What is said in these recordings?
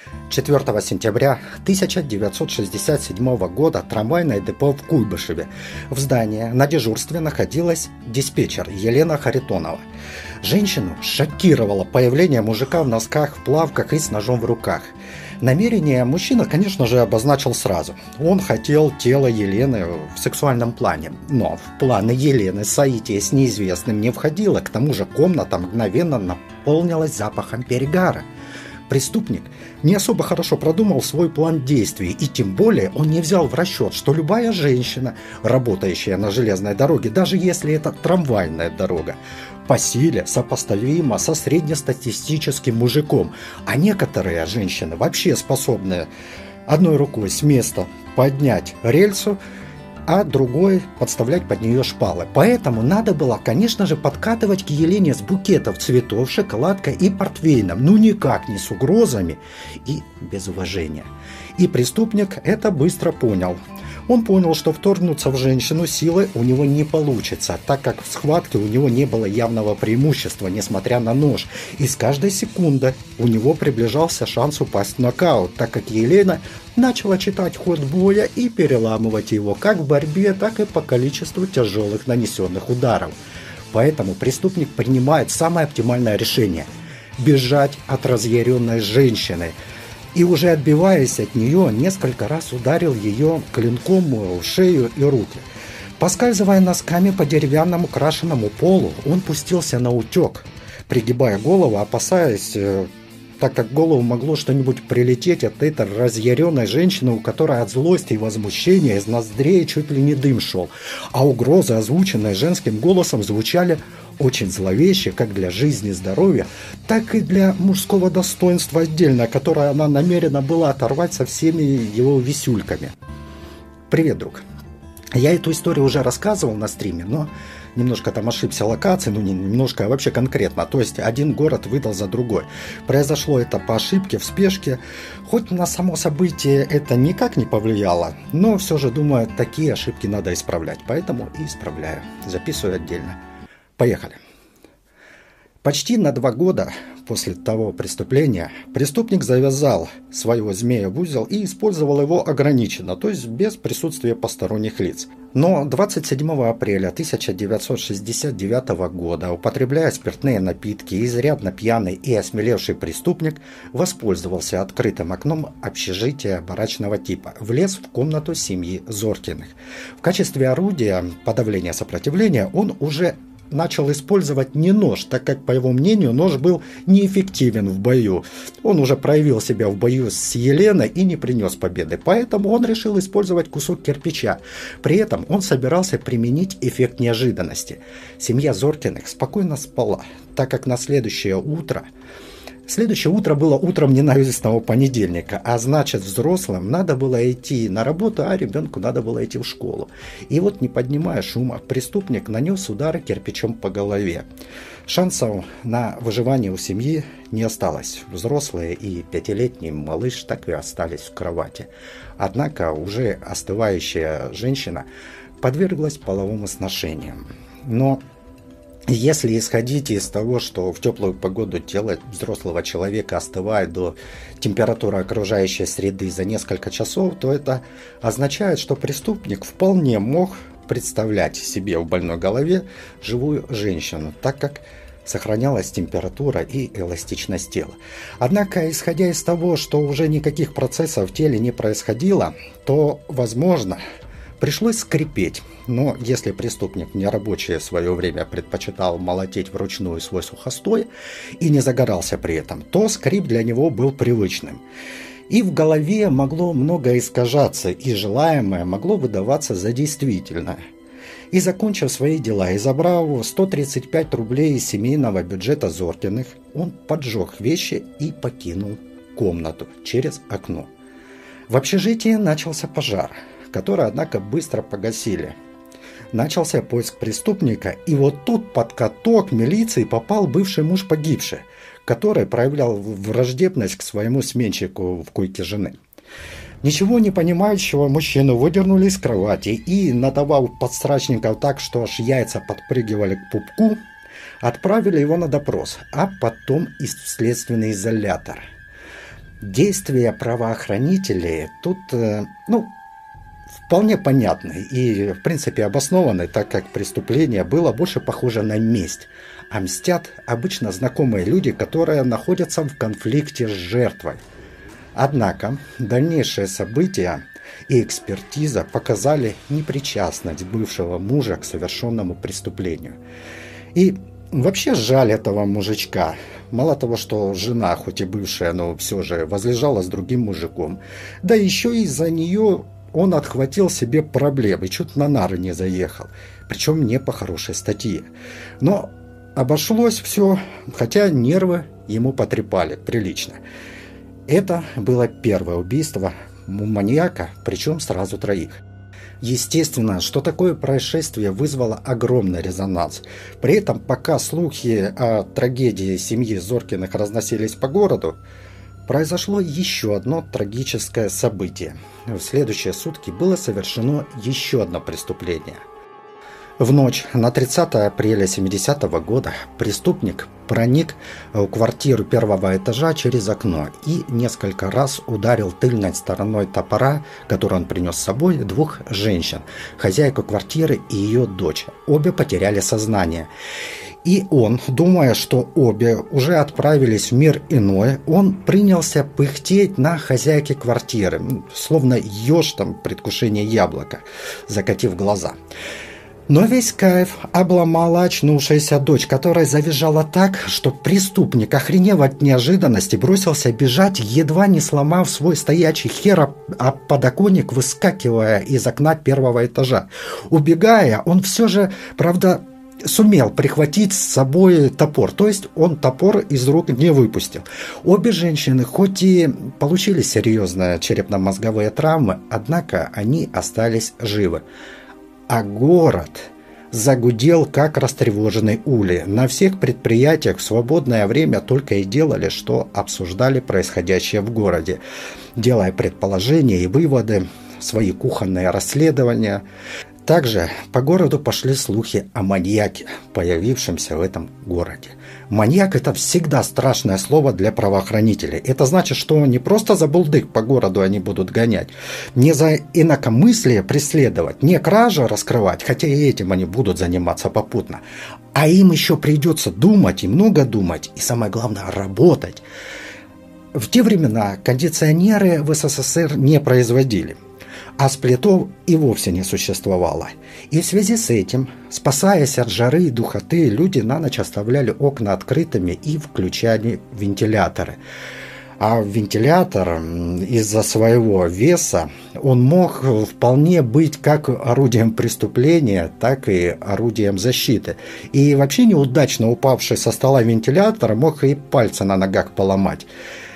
4 сентября 1967 года трамвайное депо в Куйбышеве. В здании на дежурстве находилась диспетчер Елена Харитонова. Женщину шокировало появление мужика в носках, в плавках и с ножом в руках. Намерение мужчина, конечно же, обозначил сразу. Он хотел тело Елены в сексуальном плане. Но в планы Елены соитие с неизвестным не входило. К тому же комната мгновенно наполнилась запахом перегара. Преступник не особо хорошо продумал свой план действий, и тем более он не взял в расчет, что любая женщина, работающая на железной дороге, даже если это трамвайная дорога, по силе сопоставима со среднестатистическим мужиком, а некоторые женщины вообще способны одной рукой с места поднять рельсу, а другой подставлять под нее шпалы. Поэтому надо было, конечно же, подкатывать к Елене с букетов цветов, шоколадкой и портвейном, ну никак не с угрозами и без уважения. И преступник это быстро понял. Он понял, что вторгнуться в женщину силой у него не получится, так как в схватке у него не было явного преимущества, несмотря на нож. И с каждой секундой у него приближался шанс упасть в нокаут, так как Елена начала читать ход боя и переламывать его как в борьбе, так и по количеству тяжелых нанесенных ударов. Поэтому преступник принимает самое оптимальное решение – бежать от разъяренной женщины. И уже отбиваясь от нее, несколько раз ударил ее клинком в шею и руки. Поскальзывая носками по деревянному крашенному полу, он пустился на утек, пригибая голову, опасаясь, так как в голову могло что-нибудь прилететь от этой разъяренной женщины, у которой от злости и возмущения из ноздрей чуть ли не дым шел, а угрозы, озвученные женским голосом, звучали очень зловеще как для жизни и здоровья, так и для мужского достоинства отдельно, которое она намерена была оторвать со всеми его висюльками. Привет, друг. Я эту историю уже рассказывал на стриме, но немножко там ошибся локацией, ну не немножко, а вообще конкретно. То есть один город выдал за другой. Произошло это по ошибке, в спешке. Хоть на само событие это никак не повлияло, но все же, думаю, такие ошибки надо исправлять. Поэтому и исправляю. Записываю отдельно. Поехали. Почти на 2 года после того преступления преступник завязал своего змея в узел и использовал его ограниченно, то есть без присутствия посторонних лиц. Но 27 апреля 1969 года, употребляя спиртные напитки, изрядно пьяный и осмелевший преступник воспользовался открытым окном общежития барачного типа, влез в комнату семьи Зоркиных. В качестве орудия подавления сопротивления он уже начал использовать не нож, так как, по его мнению, нож был неэффективен в бою. Он уже проявил себя в бою с Еленой и не принес победы, поэтому он решил использовать кусок кирпича. При этом он собирался применить эффект неожиданности. Семья Зоркиных спокойно спала, так как на следующее утро было утром ненавистного понедельника, а значит, взрослым надо было идти на работу, а ребенку надо было идти в школу. И вот, не поднимая шума, преступник нанес удары кирпичом по голове. Шансов на выживание у семьи не осталось. Взрослые и 5-летний малыш так и остались в кровати. Однако уже остывающая женщина подверглась половым сношениям. Но если исходить из того, что в теплую погоду тело взрослого человека остывает до температуры окружающей среды за несколько часов, то это означает, что преступник вполне мог представлять себе в больной голове живую женщину, так как сохранялась температура и эластичность тела. Однако, исходя из того, что уже никаких процессов в теле не происходило, то, возможно, пришлось скрипеть. Но если преступник в нерабочее свое время предпочитал молотить вручную свой сухостой и не загорался при этом, то скрип для него был привычным. И в голове могло многое искажаться, и желаемое могло выдаваться за действительное. И закончив свои дела и забрав 135 рублей из семейного бюджета Зоркиных, он поджег вещи и покинул комнату через окно. В общежитии начался пожар, который, однако, быстро погасили. Начался поиск преступника, и вот тут под каток милиции попал бывший муж погибшей, который проявлял враждебность к своему сменщику в койке жены. Ничего не понимающего мужчину выдернули из кровати и, надавав подсрачников так, что аж яйца подпрыгивали к пупку, отправили его на допрос, а потом и в следственный изолятор. Действия правоохранителей тут, вполне понятны и, в принципе, обоснованы, так как преступление было больше похоже на месть. А мстят обычно знакомые люди, которые находятся в конфликте с жертвой. Однако дальнейшие события и экспертиза показали непричастность бывшего мужа к совершенному преступлению. И вообще жаль этого мужичка. Мало того, что жена, хоть и бывшая, но все же возлежала с другим мужиком, да еще из-за нее он отхватил себе проблем и чуть на нары не заехал, причем не по хорошей статье. Но обошлось все, хотя нервы ему потрепали прилично. Это было первое убийство маньяка, причем сразу 3. Естественно, что такое происшествие вызвало огромный резонанс. При этом, пока слухи о трагедии семьи Зоркиных разносились по городу, произошло еще одно трагическое событие. В следующие сутки было совершено еще одно преступление. В ночь на 30 апреля 70-го года преступник проник в квартиру 1-го этажа через окно и несколько раз ударил тыльной стороной топора, который он принес с собой, 2 женщин, хозяйку квартиры и ее дочь. Обе потеряли сознание. И он, думая, что обе уже отправились в мир иной, он принялся пыхтеть на хозяйке квартиры, словно еж там предвкушение яблока, закатив глаза. Но весь кайф обломала очнувшаяся дочь, которая завизжала так, что преступник, охренев от неожиданности, бросился бежать, едва не сломав свой стоячий хер об подоконник, выскакивая из окна 1-го этажа. Убегая, он все же, правда, сумел прихватить с собой топор, то есть он топор из рук не выпустил. Обе женщины, хоть и получили серьезные черепно-мозговые травмы, однако они остались живы. А город загудел, как растревоженный улей. На всех предприятиях в свободное время только и делали, что обсуждали происходящее в городе, делая предположения и выводы, свои кухонные расследования. Также по городу пошли слухи о маньяке, появившемся в этом городе. Маньяк – это всегда страшное слово для правоохранителей. Это значит, что не просто за булдык по городу они будут гонять, не за инакомыслие преследовать, не кражи раскрывать, хотя и этим они будут заниматься попутно, а им еще придется думать и много думать, и самое главное – работать. В те времена кондиционеры в СССР не производили, а сплитов и вовсе не существовало. И в связи с этим, спасаясь от жары и духоты, люди на ночь оставляли окна открытыми и включали вентиляторы. А вентилятор из-за своего веса, он мог вполне быть как орудием преступления, так и орудием защиты. И вообще неудачно упавший со стола вентилятор мог и пальцы на ногах поломать.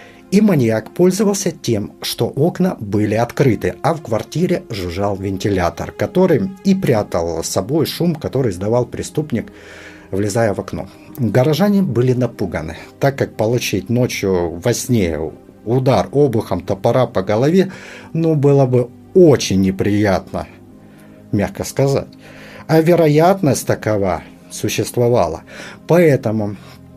И маньяк пользовался тем, что окна были открыты, а в квартире жужжал вентилятор, который и прятал с собой шум, который издавал преступник, влезая в окно. Горожане были напуганы, так как получить ночью во сне удар обухом топора по голове, было бы очень неприятно, мягко сказать. А вероятность такова существовала. Поэтому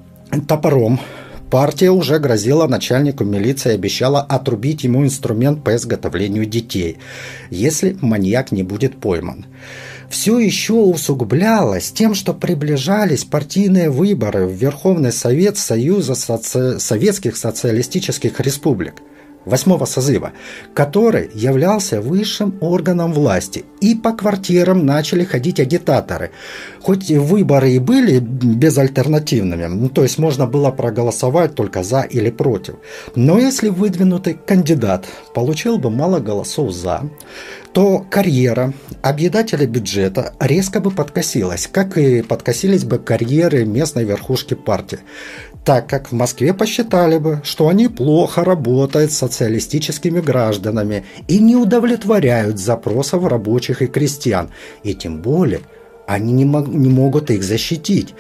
топором партия уже грозила начальнику милиции и обещала отрубить ему инструмент по изготовлению детей, если маньяк не будет пойман. Все еще усугублялось тем, что приближались партийные выборы в Верховный Совет Союза Советских Социалистических Республик, 8-го созыва, который являлся высшим органом власти, и по квартирам начали ходить агитаторы. Хоть выборы и были безальтернативными, то есть можно было проголосовать только за или против, но если выдвинутый кандидат получил бы мало голосов за, то карьера объедателя бюджета резко бы подкосилась, как и подкосились бы карьеры местной верхушки партии, так как в Москве посчитали бы, что они плохо работают с социалистическими гражданами и не удовлетворяют запросов рабочих и крестьян, и тем более они не могут их защитить.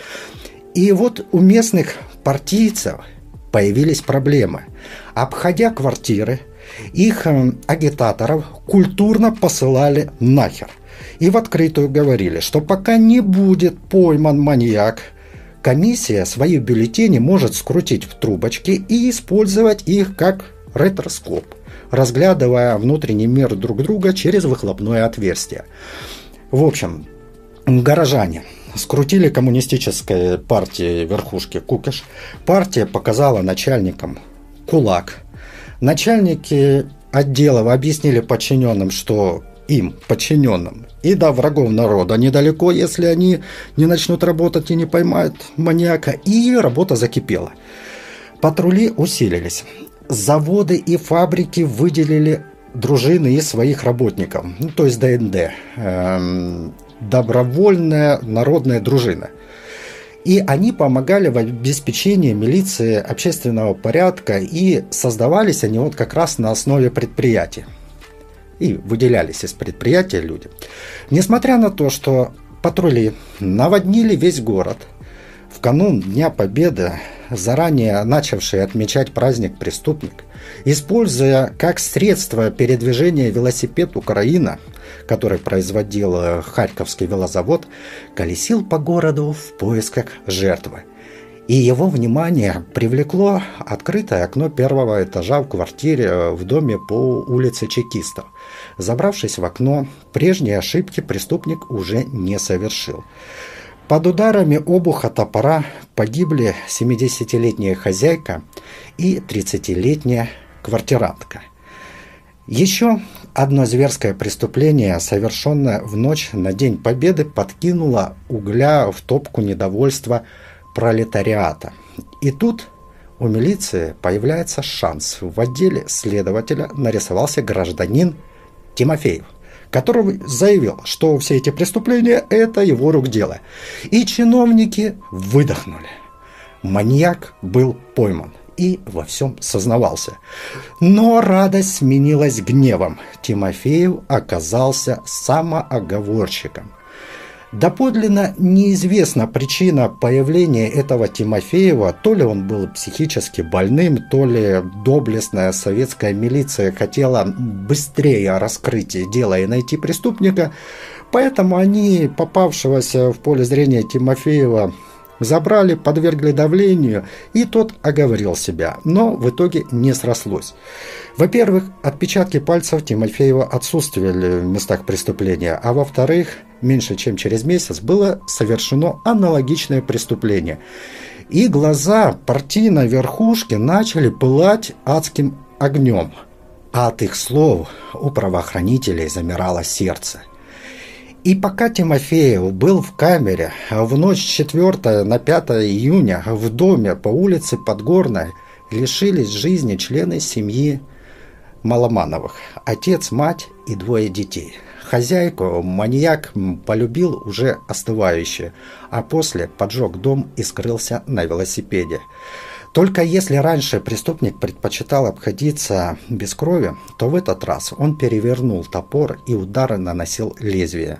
И вот у местных партийцев появились проблемы. Обходя квартиры, их агитаторов культурно посылали нахер и в открытую говорили, что пока не будет пойман маньяк, комиссия свои бюллетени может скрутить в трубочки и использовать их как ретроскоп, разглядывая внутренний мир друг друга через выхлопное отверстие. В общем, горожане скрутили коммунистической партии верхушки кукиш. Партия показала начальникам кулак. Начальники отделов объяснили подчиненным, что им, подчиненным, и до врагов народа недалеко, если они не начнут работать и не поймают маньяка, и работа закипела. Патрули усилились. Заводы и фабрики выделили дружины из своих работников, то есть ДНД, добровольная народная дружина. И они помогали в обеспечении милиции общественного порядка, и создавались они вот как раз на основе предприятий. И выделялись из предприятия люди. Несмотря на то, что патрули наводнили весь город, в канун Дня Победы заранее начавший отмечать праздник преступник, используя как средство передвижения велосипед «Украина», который производил Харьковский велозавод, колесил по городу в поисках жертвы. И его внимание привлекло открытое окно первого этажа в квартире в доме по улице Чекистов. Забравшись в окно, прежние ошибки преступник уже не совершил. Под ударами обуха топора погибли 70-летняя хозяйка и 30-летняя квартирантка. Еще одно зверское преступление, совершенное в ночь на День Победы, подкинуло угля в топку недовольства пролетариата. И тут у милиции появляется шанс. В отделе следователя нарисовался гражданин Тимофеев, который заявил, что все эти преступления – это его рук дело. И чиновники выдохнули. Маньяк был пойман и во всем сознавался. Но радость сменилась гневом. Тимофеев оказался самооговорщиком. Доподлинно неизвестна причина появления этого Тимофеева. То ли он был психически больным, то ли доблестная советская милиция хотела быстрее раскрыть дело и найти преступника. Поэтому они попавшегося в поле зрения Тимофеева забрали, подвергли давлению, и тот оговорил себя, но в итоге не срослось. Во-первых, отпечатки пальцев Тимофеева отсутствовали в местах преступления, а во-вторых, меньше чем через месяц было совершено аналогичное преступление. И глаза партийной верхушки начали пылать адским огнем. А от их слов у правоохранителей замирало сердце. И пока Тимофеев был в камере, в ночь с 4 на 5 июня в доме по улице Подгорной лишились жизни члены семьи Маломановых. Отец, мать и 2 детей. Хозяйку маньяк полюбил уже остывающе, а после поджег дом и скрылся на велосипеде. Только если раньше преступник предпочитал обходиться без крови, то в этот раз он перевернул топор и удары наносил лезвие.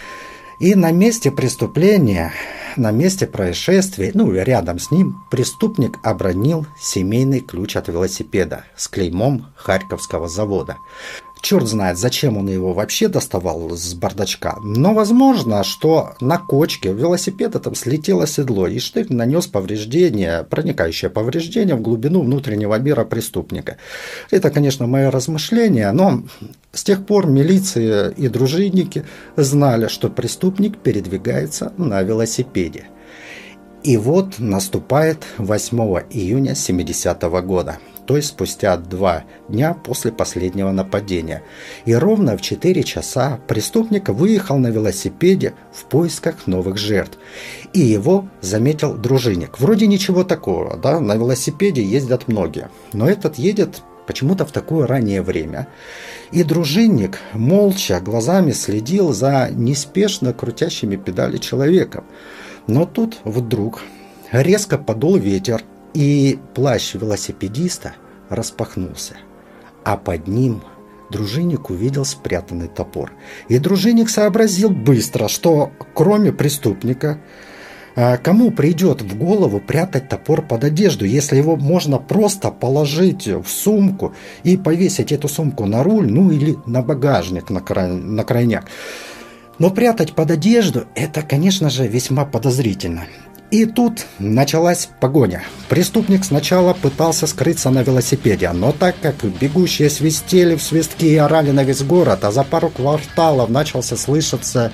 И на месте преступления, на месте происшествия, рядом с ним, преступник обронил семейный ключ от велосипеда с клеймом Харьковского завода. Черт знает, зачем он его вообще доставал с бардачка, но возможно, что на кочке велосипеда там слетело седло, и штырь нанес повреждение, проникающее повреждение в глубину внутреннего мира преступника. Это, конечно, мое размышление, но с тех пор милиция и дружинники знали, что преступник передвигается на велосипеде. И вот наступает 8 июня 70-го года. То есть спустя 2 дня после последнего нападения. И ровно в 4 часа преступник выехал на велосипеде в поисках новых жертв. И его заметил дружинник. Вроде ничего такого, да, на велосипеде ездят многие. Но этот едет почему-то в такое раннее время. И дружинник молча глазами следил за неспешно крутящими педали человеком. Но тут вдруг резко подул ветер, и плащ велосипедиста распахнулся, а под ним дружинник увидел спрятанный топор. И дружинник сообразил быстро, что кроме преступника, кому придет в голову прятать топор под одежду, если его можно просто положить в сумку и повесить эту сумку на руль, или на багажник на крайняк. Но прятать под одежду – это, конечно же, весьма подозрительно. И тут началась погоня. Преступник сначала пытался скрыться на велосипеде, но так как бегущие свистели в свистки и орали на весь город, а за пару кварталов начался слышаться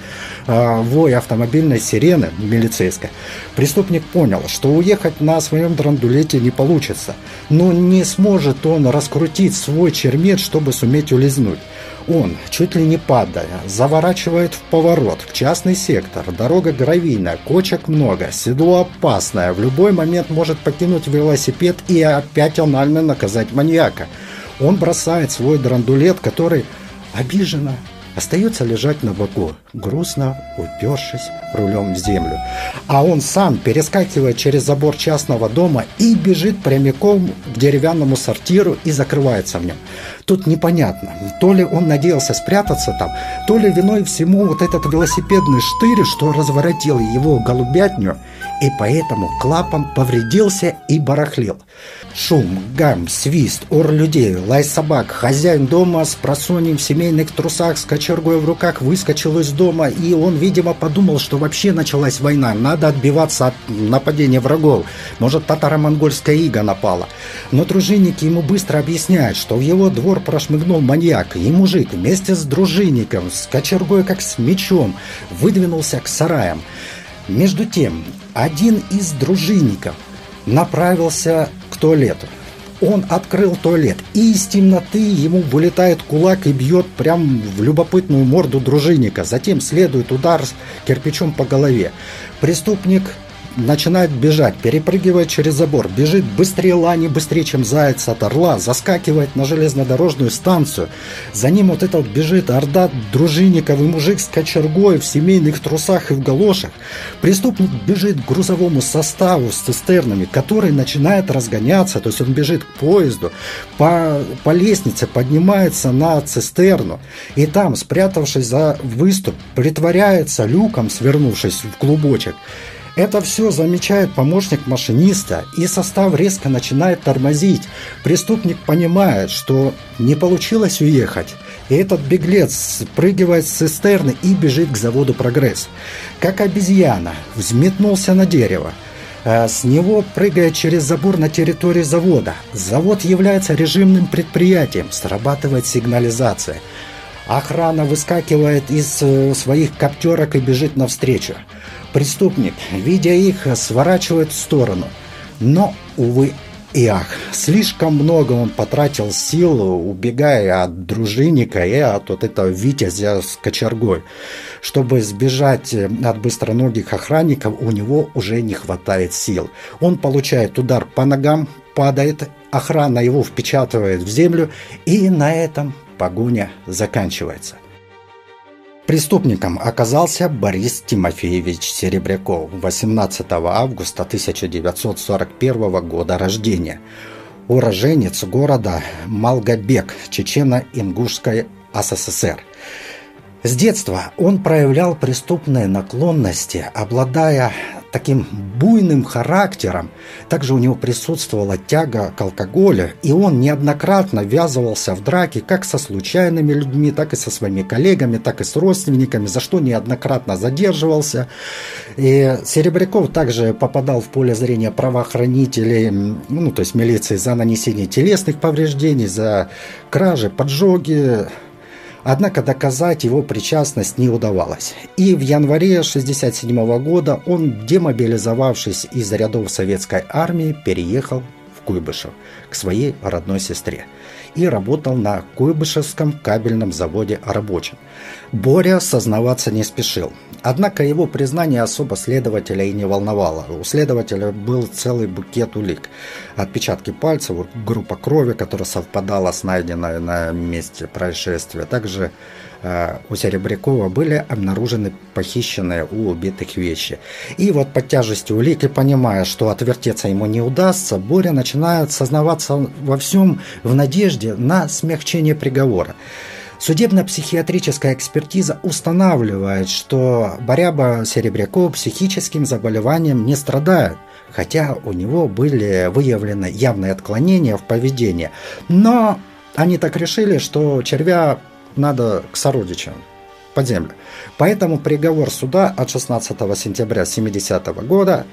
вой автомобильной сирены милицейской, преступник понял, что уехать на своем драндулете не получится. Но не сможет он раскрутить свой чермет, чтобы суметь улизнуть. Он, чуть ли не падая, заворачивает в поворот, в частный сектор. Дорога гравийная, кочек много, седло опасное. В любой момент может покинуть велосипед и опять анально наказать маньяка. Он бросает свой драндулет, который обиженно остается лежать на боку, грустно упершись рулем в землю. А он сам перескакивает через забор частного дома и бежит прямиком к деревянному сортиру и закрывается в нем. Тут непонятно, то ли он надеялся спрятаться там, то ли виной всему вот этот велосипедный штырь, что разворотил его голубятню, и поэтому клапан повредился и барахлил. Шум, гам, свист, ор людей, лай собак. Хозяин дома с просоньем в семейных трусах с кочергой в руках выскочил из дома, и он, видимо, подумал, что вообще началась война. Надо отбиваться от нападения врагов. Может, татаро-монгольская ига напала. Но дружинники ему быстро объясняют, что в его двор прошмыгнул маньяк, и мужик вместе с дружинником, с кочергой как с мечом, выдвинулся к сараям. Между тем, один из дружинников направился к туалету. Он открыл туалет, и из темноты ему вылетает кулак и бьет прямо в любопытную морду дружинника. Затем следует удар кирпичом по голове. Преступник начинает бежать, перепрыгивает через забор, бежит быстрее лани, быстрее, чем заяц от орла, заскакивает на железнодорожную станцию. За ним вот этот бежит орда дружинников и мужик с кочергой в семейных трусах и в галошах. Преступник бежит к грузовому составу с цистернами, который начинает разгоняться, то есть он бежит к поезду, по лестнице поднимается на цистерну, и там, спрятавшись за выступ, притворяется люком, свернувшись в клубочек. Это все замечает помощник машиниста, и состав резко начинает тормозить. Преступник понимает, что не получилось уехать, и этот беглец спрыгивает с цистерны и бежит к заводу «Прогресс». Как обезьяна, взметнулся на дерево. С него прыгает через забор на территории завода. Завод является режимным предприятием, срабатывает сигнализация. Охрана выскакивает из своих коптерок и бежит навстречу. Преступник, видя их, сворачивает в сторону. Но, увы и ах, слишком много он потратил сил, убегая от дружинника и от вот этого витязя с кочергой. Чтобы сбежать от быстроногих охранников, у него уже не хватает сил. Он получает удар по ногам, падает, охрана его впечатывает в землю, и на этом погоня заканчивается. Преступником оказался Борис Тимофеевич Серебряков, 18 августа 1941 года рождения. Уроженец города Малгобек, Чечено-Ингушской ССР. С детства он проявлял преступные наклонности, обладая таким буйным характером. Также у него присутствовала тяга к алкоголю, и он неоднократно ввязывался в драки как со случайными людьми, так и со своими коллегами, так и с родственниками, за что неоднократно задерживался. И Серебряков также попадал в поле зрения правоохранителей, то есть милиции, за нанесение телесных повреждений, за кражи, поджоги. Однако доказать его причастность не удавалось. И в январе 1967 года он, демобилизовавшись из рядов советской армии, переехал в Куйбышев к своей родной сестре и работал на Куйбышевском кабельном заводе рабочим. Боря сознаваться не спешил. Однако его признание особо следователя и не волновало. У следователя был целый букет улик. Отпечатки пальцев, группа крови, которая совпадала с найденной на месте происшествия. Также у Серебрякова были обнаружены похищенные у убитых вещи. И вот под тяжестью улик и понимая, что отвертеться ему не удастся, Боря начинает сознаваться во всем в надежде на смягчение приговора. Судебно-психиатрическая экспертиза устанавливает, что Боряба Серебряков психическим заболеванием не страдает, хотя у него были выявлены явные отклонения в поведении. Но они так решили, что червя надо к сородичам, под землю. Поэтому приговор суда от 16 сентября 1970 года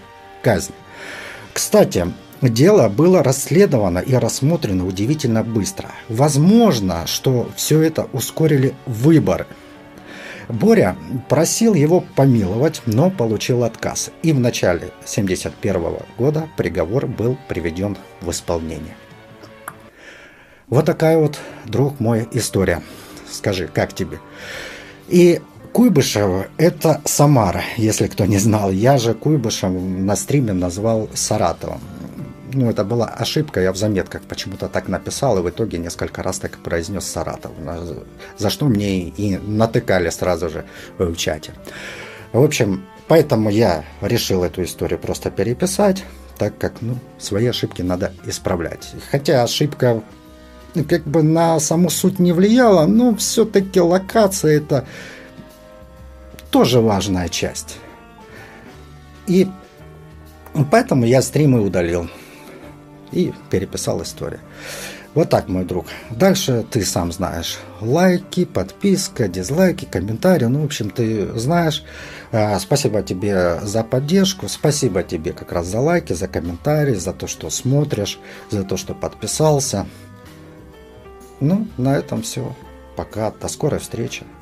казни. Кстати, дело было расследовано и рассмотрено удивительно быстро. Возможно, что все это ускорили выборы. Боря просил его помиловать, но получил отказ. И в начале 1971 года приговор был приведен в исполнение. Вот такая вот, друг мой, история. Скажи, как тебе? И Куйбышев – это Самара, если кто не знал. Я же Куйбышев на стриме назвал Саратовом. Ну, это была ошибка, я в заметках почему-то так написал, и в итоге несколько раз так произнес Саратов, за что мне и натыкали сразу же в чате. В общем, поэтому я решил эту историю просто переписать, так как, свои ошибки надо исправлять. Хотя ошибка как бы на саму суть не влияла, но все-таки локация – это тоже важная часть. И поэтому я стримы удалил и переписал историю. Вот так, мой друг. Дальше ты сам знаешь. Лайки, подписка, дизлайки, комментарии. В общем, ты знаешь. Спасибо тебе за поддержку. Спасибо тебе как раз за лайки, за комментарии, за то, что смотришь, за то, что подписался. На этом все. Пока. До скорой встречи.